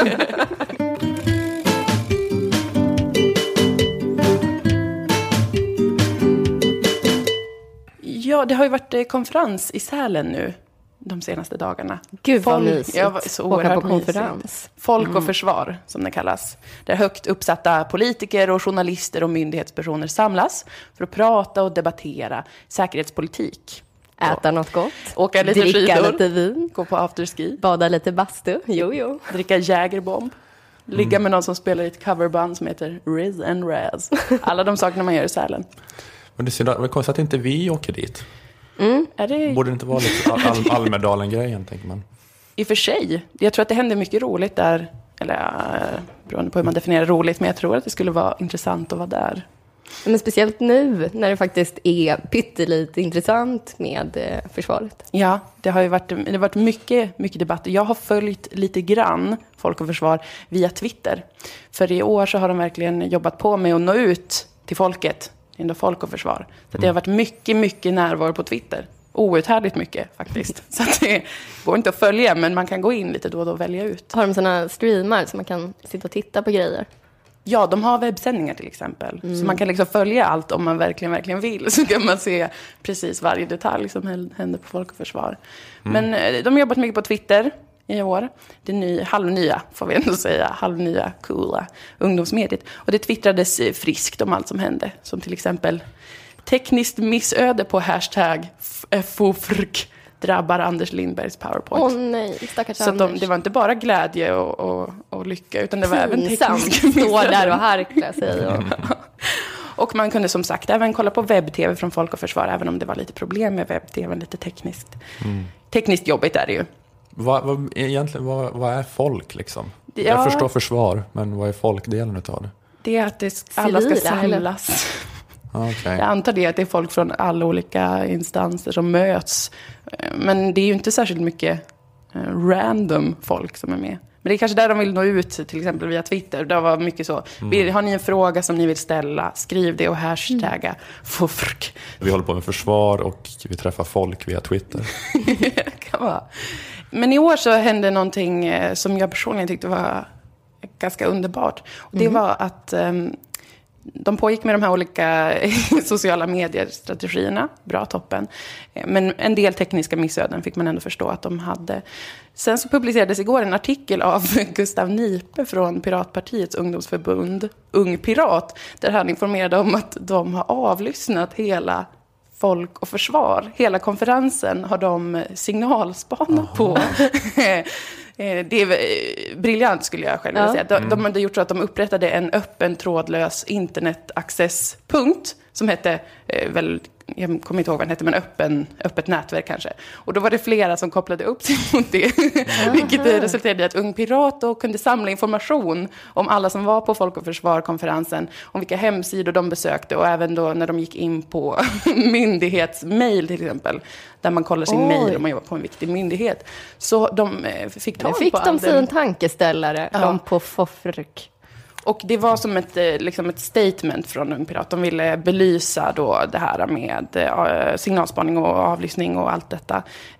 Ja, det har ju varit konferens i Sälen nu de senaste dagarna. Gud vad mysigt. Ja, så oerhört på konferens. Folk och försvar, som det kallas. Där högt uppsatta politiker och journalister och myndighetspersoner samlas för att prata och debattera säkerhetspolitik. Äta något gott. Åka lite dricka skidor. Lite vin. Gå på afterski. Bada lite bastu. Jo. Dricka Jägerbomb. Ligga med någon som spelar i ett coverband som heter Riz and Raz. Alla de sakerna man gör i Sälen. Men det är synd att inte vi åker dit. Är det... Borde det inte vara lite Almedalen-grejen, tänker man? I och för sig. Jag tror att det händer mycket roligt där. Eller beroende på hur man definierar roligt. Men jag tror att det skulle vara intressant att vara där. Men speciellt nu när det faktiskt är pyttelite intressant med försvaret. Ja, det har varit mycket debatt. Jag har följt lite grann Folk och försvar via Twitter. För i år så har de verkligen jobbat på med att nå ut till folket. Ändå Folk och försvar. Så det har varit mycket närvaro på Twitter. Outhärdligt mycket faktiskt. Så att det går inte att följa, men man kan gå in lite då och då och välja ut. Har de sådana streamar så man kan sitta och titta på grejer? Ja, de har webbsändningar till exempel. Så man kan liksom följa allt om man verkligen vill. Så kan man se precis varje detalj som händer på Folk och försvar. Men de har jobbat mycket på Twitter i år. Det halvnya, får vi ändå säga, halvnya, coola ungdomsmediet. Och det twittrades friskt om allt som hände. Som till exempel tekniskt missöde på hashtag FOFRK drabbar Anders Lindbergs PowerPoint. Åh nej, stackars Så Anders. det var inte bara glädje och lycka, utan det var även teknisk stå där och harkla sig. Och man kunde som sagt även kolla på webb-tv från Folk och försvar, även om det var lite problem med webb-tv, lite tekniskt. Tekniskt jobbigt är det ju. Vad är folk liksom? Ja. Jag förstår försvar, men vad är folkdelen utav det? Det är att alla ska samlas. Okay. Jag antar det att det är folk från alla olika instanser som möts. Men det är ju inte särskilt mycket random folk som är med. Men det är kanske där de vill nå ut, till exempel via Twitter. Det var mycket så. Har ni en fråga som ni vill ställa, skriv det och hashtagga FOFRK. Vi håller på med försvar och vi träffar folk via Twitter. Kan vara. Men i år så hände någonting som jag personligen tyckte var ganska underbart. Och det var att de pågick med de här olika sociala medier-strategierna. Bra, toppen. Men en del tekniska missöden fick man ändå förstå att de hade. Sen så publicerades igår en artikel av Gustav Nipe från Piratpartiets ungdomsförbund, Ung Pirat, där han informerade om att de har avlyssnat hela Folk och Försvar. Hela konferensen har de signalspanat på. Det är briljant, skulle jag själv vilja säga. De hade gjort så att de upprättade en öppen trådlös internetaccesspunkt som hette, jag kommer inte ihåg vad den hette, men öppet nätverk kanske. Och då var det flera som kopplade upp sig mot det. Vilket resulterade i att Ung Pirat då kunde samla information om alla som var på Folk och Försvar-konferensen, om vilka hemsidor de besökte, och även då när de gick in på myndighetsmail till exempel, där man kollar sin mail om man jobbar på en viktig myndighet. Så de fick tag på de sig en tankeställare, de på FOFRK. Och det var som ett statement från Ung Pirat. De ville belysa då det här med signalspaning och avlyssning och allt detta.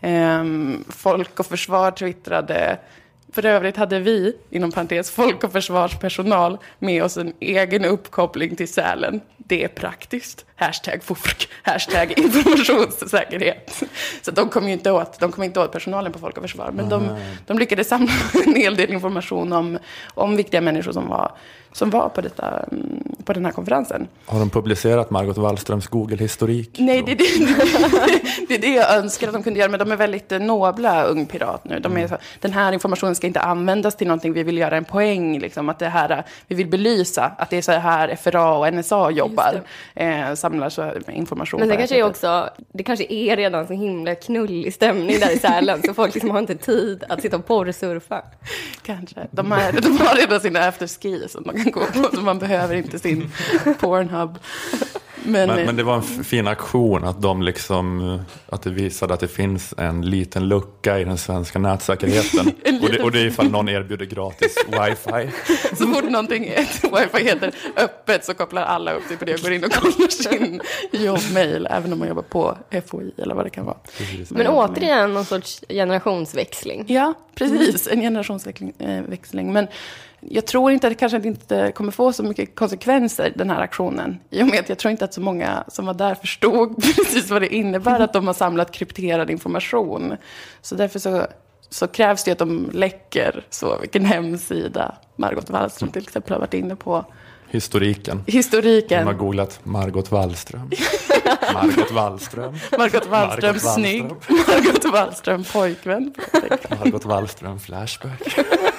Folk och Försvar twittrade. För övrigt hade vi, inom parentes, Folk och Försvarspersonal med oss en egen uppkoppling till Sälen. Det är praktiskt. #FOFRK, #informationssäkerhet. Så de kom inte åt personalen på Folk och Försvar. Men de lyckades samla en hel del information om viktiga människor som var på den här konferensen. Har de publicerat Margot Wallströms Google-historik? Nej, det är det jag önskar att de kunde göra, men de är väldigt nobla, Ung Pirat nu. De är så, den här informationen ska inte användas till någonting, vi vill göra en poäng, liksom, att det här, vi vill belysa att det är så här FRA och NSA jobbar, samlar så information. Men det kanske är redan så himla knullig stämning där i Sälen, så folk liksom har inte tid att sitta och porrsurfa. Kanske. De har redan sina afterski som man kan gå på, så man behöver inte sin Pornhub. Men det var en fin aktion att att det visade att det finns en liten lucka i den svenska nätsäkerheten. och det är ifall någon erbjuder gratis wifi. Så fort någonting wifi heter öppet så kopplar alla upp sig på det och går in och kollar sin jobbmail, även om man jobbar på FOI eller vad det kan vara. Precis. Men återigen någon sorts generationsväxling. Ja, precis. En generationsväxling. Men jag tror inte att det kanske inte kommer få så mycket konsekvenser, den här aktionen. I och med att jag tror inte att så många som var där förstod precis vad det innebär att de har samlat krypterad information. Så därför så krävs det att de läcker vilken hemsida Margot Wallström till exempel har varit inne på. Historiken. De har googlat Margot Wallström. Margot Wallström snygg. Margot Wallström pojkvän. Margot Wallström flashback.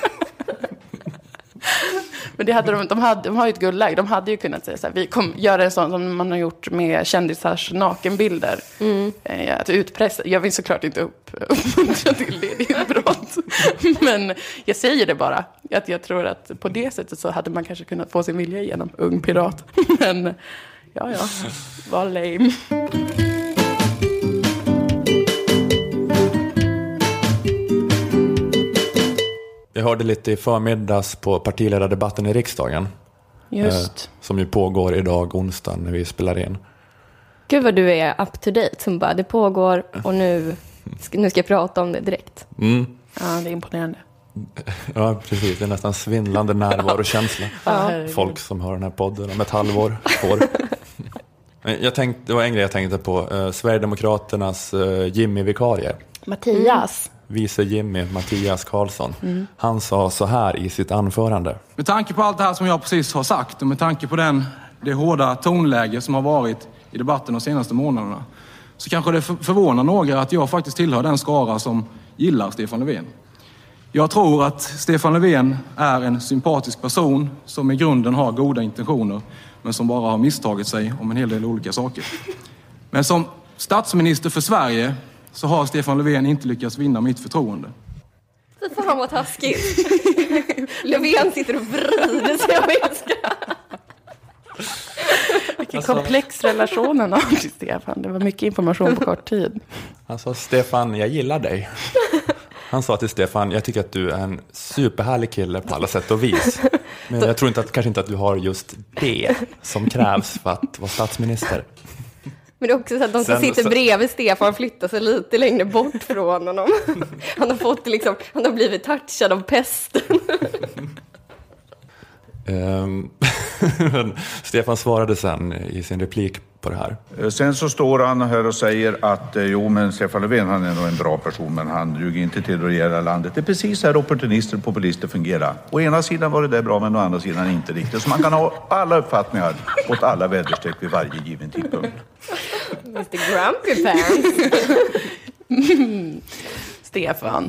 Men det hade de har ju ett guldläge. De hade ju kunnat säga så här: vi kommer göra en sån som man har gjort med kändisars nakenbilder. Att utpressa. Jag vill såklart inte uppmuntra till det. Det är ett brott. Men jag säger det bara. Att jag tror att på det sättet så hade man kanske kunnat få sin vilja igenom Ung Pirat. Men var lame. Jag hörde lite i förmiddags på partiledardebatten i riksdagen. Just. Som ju pågår idag onsdag när vi spelar in. Gud vad du är up to date. Som bara, det pågår och nu ska jag prata om det direkt. Ja, det är imponerande. Ja, precis. Det är nästan svindlande närvarokänsla. Folk som hör den här podden om ett halvår får. Det var en grej jag tänkte på. Sverigedemokraternas Jimmy-vikarie. Mattias. Vice Jimmy, Mattias Karlsson. Han sa så här i sitt anförande. Med tanke på allt det här som jag precis har sagt och med tanke på det hårda tonläge som har varit i debatten de senaste månaderna, så kanske det förvånar några att jag faktiskt tillhör den skara som gillar Stefan Löfven. Jag tror att Stefan Löfven är en sympatisk person som i grunden har goda intentioner, men som bara har misstagit sig om en hel del olika saker. Men som statsminister för Sverige så har Stefan Löfven inte lyckats vinna mitt förtroende. Fy fan vad taskigt. Löfven sitter och vrider sig av ilska. Vilken komplex relation han har till Stefan. Det var mycket information på kort tid. Han sa: Stefan, jag gillar dig. Han sa till Stefan: jag tycker att du är en superhärlig kille på alla sätt och vis. Men jag tror kanske inte att du har just det som krävs för att vara statsminister. Men det är också så att de som sitter bredvid Stefan flyttar sig lite längre bort från honom. Han har blivit touchad av pesten. Stefan svarade sen i sin replik på det här. Sen så står han här och säger att men Stefan Löfven, han är nog en bra person, men han duger inte till att regera landet. Det är precis här opportunister och populister fungerar. Å ena sidan var det där bra, men å andra sidan inte riktigt. Så man kan ha alla uppfattningar åt alla väderstreck vid varje given tidpunkt. Mr. Grumpy Pants. Stefan.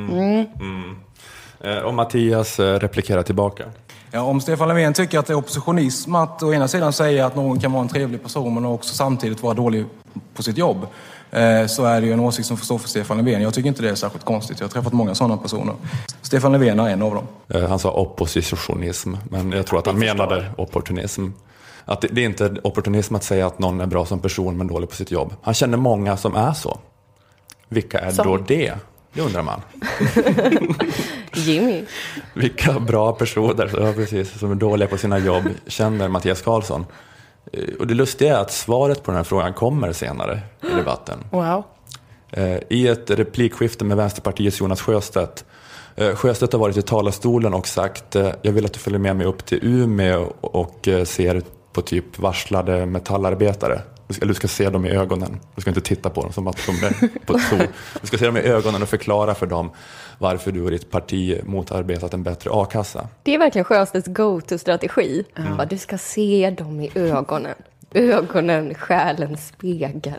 Och Mattias replikerar tillbaka. Ja, om Stefan Löfven tycker att det är oppositionism att å ena sidan säga att någon kan vara en trevlig person men också samtidigt vara dålig på sitt jobb, så är det ju en åsikt som får stå för Stefan Löfven. Jag tycker inte det är särskilt konstigt. Jag har träffat många sådana personer. Stefan Löfven är en av dem. Han sa oppositionism, men jag tror att han menade opportunism. Att det är inte opportunism att säga att någon är bra som person men dålig på sitt jobb. Han känner många som är så. Vilka är då det? Det undrar man. Jimmy. Vilka bra personer precis, som är dåliga på sina jobb känner Mattias Karlsson. Och det lustiga är att svaret på den här frågan kommer senare i debatten. Wow. I ett replikskifte med Vänsterpartiets Jonas Sjöstedt. Sjöstedt har varit i talarstolen och sagt: jag vill att du följer med mig upp till Umeå och ser på typ varslade metallarbetare. Du ska se dem i ögonen. Du ska inte titta på dem som att de är på zoo. Du ska se dem i ögonen och förklara för dem varför du och ditt parti motarbetat en bättre a-kassa. Det är verkligen Sjöstedts go-to-strategi. Du ska se dem i ögonen. Ögonen, själens spegel.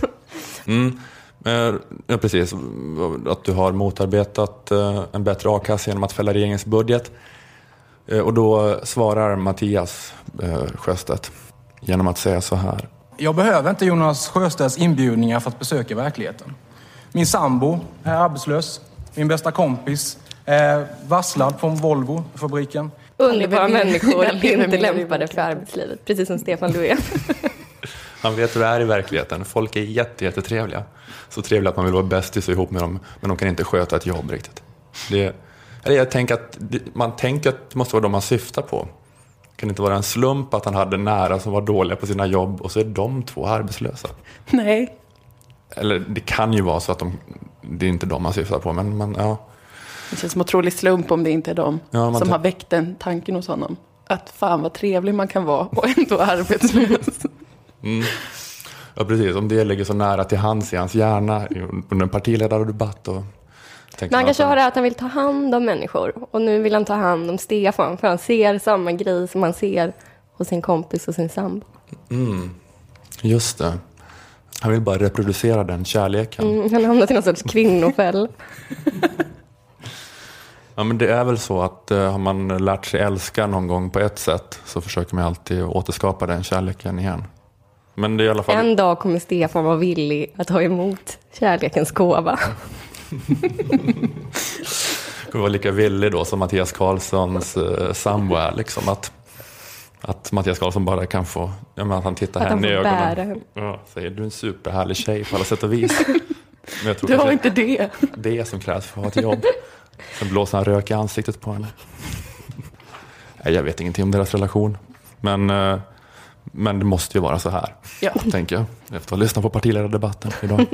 Ja, precis. Att du har motarbetat en bättre a-kassa genom att fälla regeringens budget. Och då svarar Mattias Sjöstedt genom att säga så här: Jag behöver inte Jonas Sjöstedts inbjudningar för att besöka verkligheten. Min sambo är arbetslös. Min bästa kompis är varslad från Volvo-fabriken. Underbara människor, inte lämpade för arbetslivet. Precis som Stefan Löfven. Han vet hur det är i verkligheten. Folk är jättetrevliga. Så trevliga att man vill vara bästis ihop med dem. Men de kan inte sköta ett jobb riktigt. Jag tänker att man tänker att det måste vara de man syftar på. Kan det inte vara en slump att han hade nära som var dåliga på sina jobb och så är de två arbetslösa? Nej. Eller det kan ju vara så att det är inte de man syftar på, men ja. Det känns som en otrolig slump om det inte är de som har väckt den tanken hos honom. Att fan vad trevlig man kan vara och ändå arbetslös. Ja, precis. Om det ligger så nära till hands i hans hjärna under en partiledardebatt. Men han kanske har det att han vill ta hand om människor. Och nu vill han ta hand om Stefan. För han ser samma grej som han ser hos sin kompis och sin sambo. Just det. Han vill bara reproducera den kärleken. Han hamnar till någon sorts kvinnofäll. Ja, men det är väl så att har man lärt sig älska någon gång på ett sätt så försöker man alltid återskapa den kärleken igen. Men det är i alla fall... En dag kommer Stefan vara villig att ta emot kärlekens gåva. Kommer vara lika villig då som Mattias Karlssons sambo är. Liksom att Mattias Karlsson bara kan få... Ja, men att han tittar henne i ögonen. Ja, säger du är en superhärlig tjej på alla sätt och vis. Men jag tror du har inte det. Det är som krävs för att ha ett jobb. Sen blåser han rök i ansiktet på henne. Jag vet ingenting om deras relation. Men det måste ju vara så här. Ja. Tänker jag. Efter att ha lyssnat på partiledardebatten idag.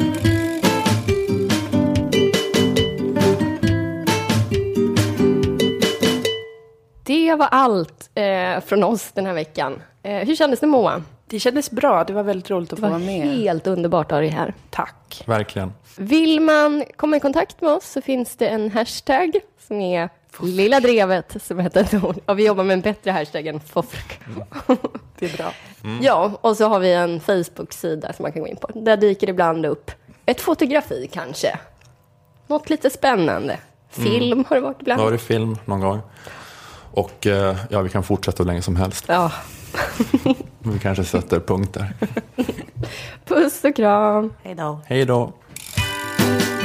Det var allt från oss den här veckan. Hur kändes det, Moa? Det kändes bra. Det var väldigt roligt att få vara med. Helt underbart att ha dig här. Tack. Verkligen. Vill man komma i kontakt med oss så finns det en hashtag som är Lilla Drevet som heter Torn. Och vi jobbar med en bättre hashtag än Fofrk. Det är bra. Ja, och så har vi en Facebook-sida som man kan gå in på. Där dyker det ibland upp ett fotografi kanske. Något lite spännande. Film har det varit ibland. Ja, det är film någon gång. Och ja, vi kan fortsätta hur länge som helst. Ja. Vi kanske sätter punkter. Puss och kram. Hej då. Hej då.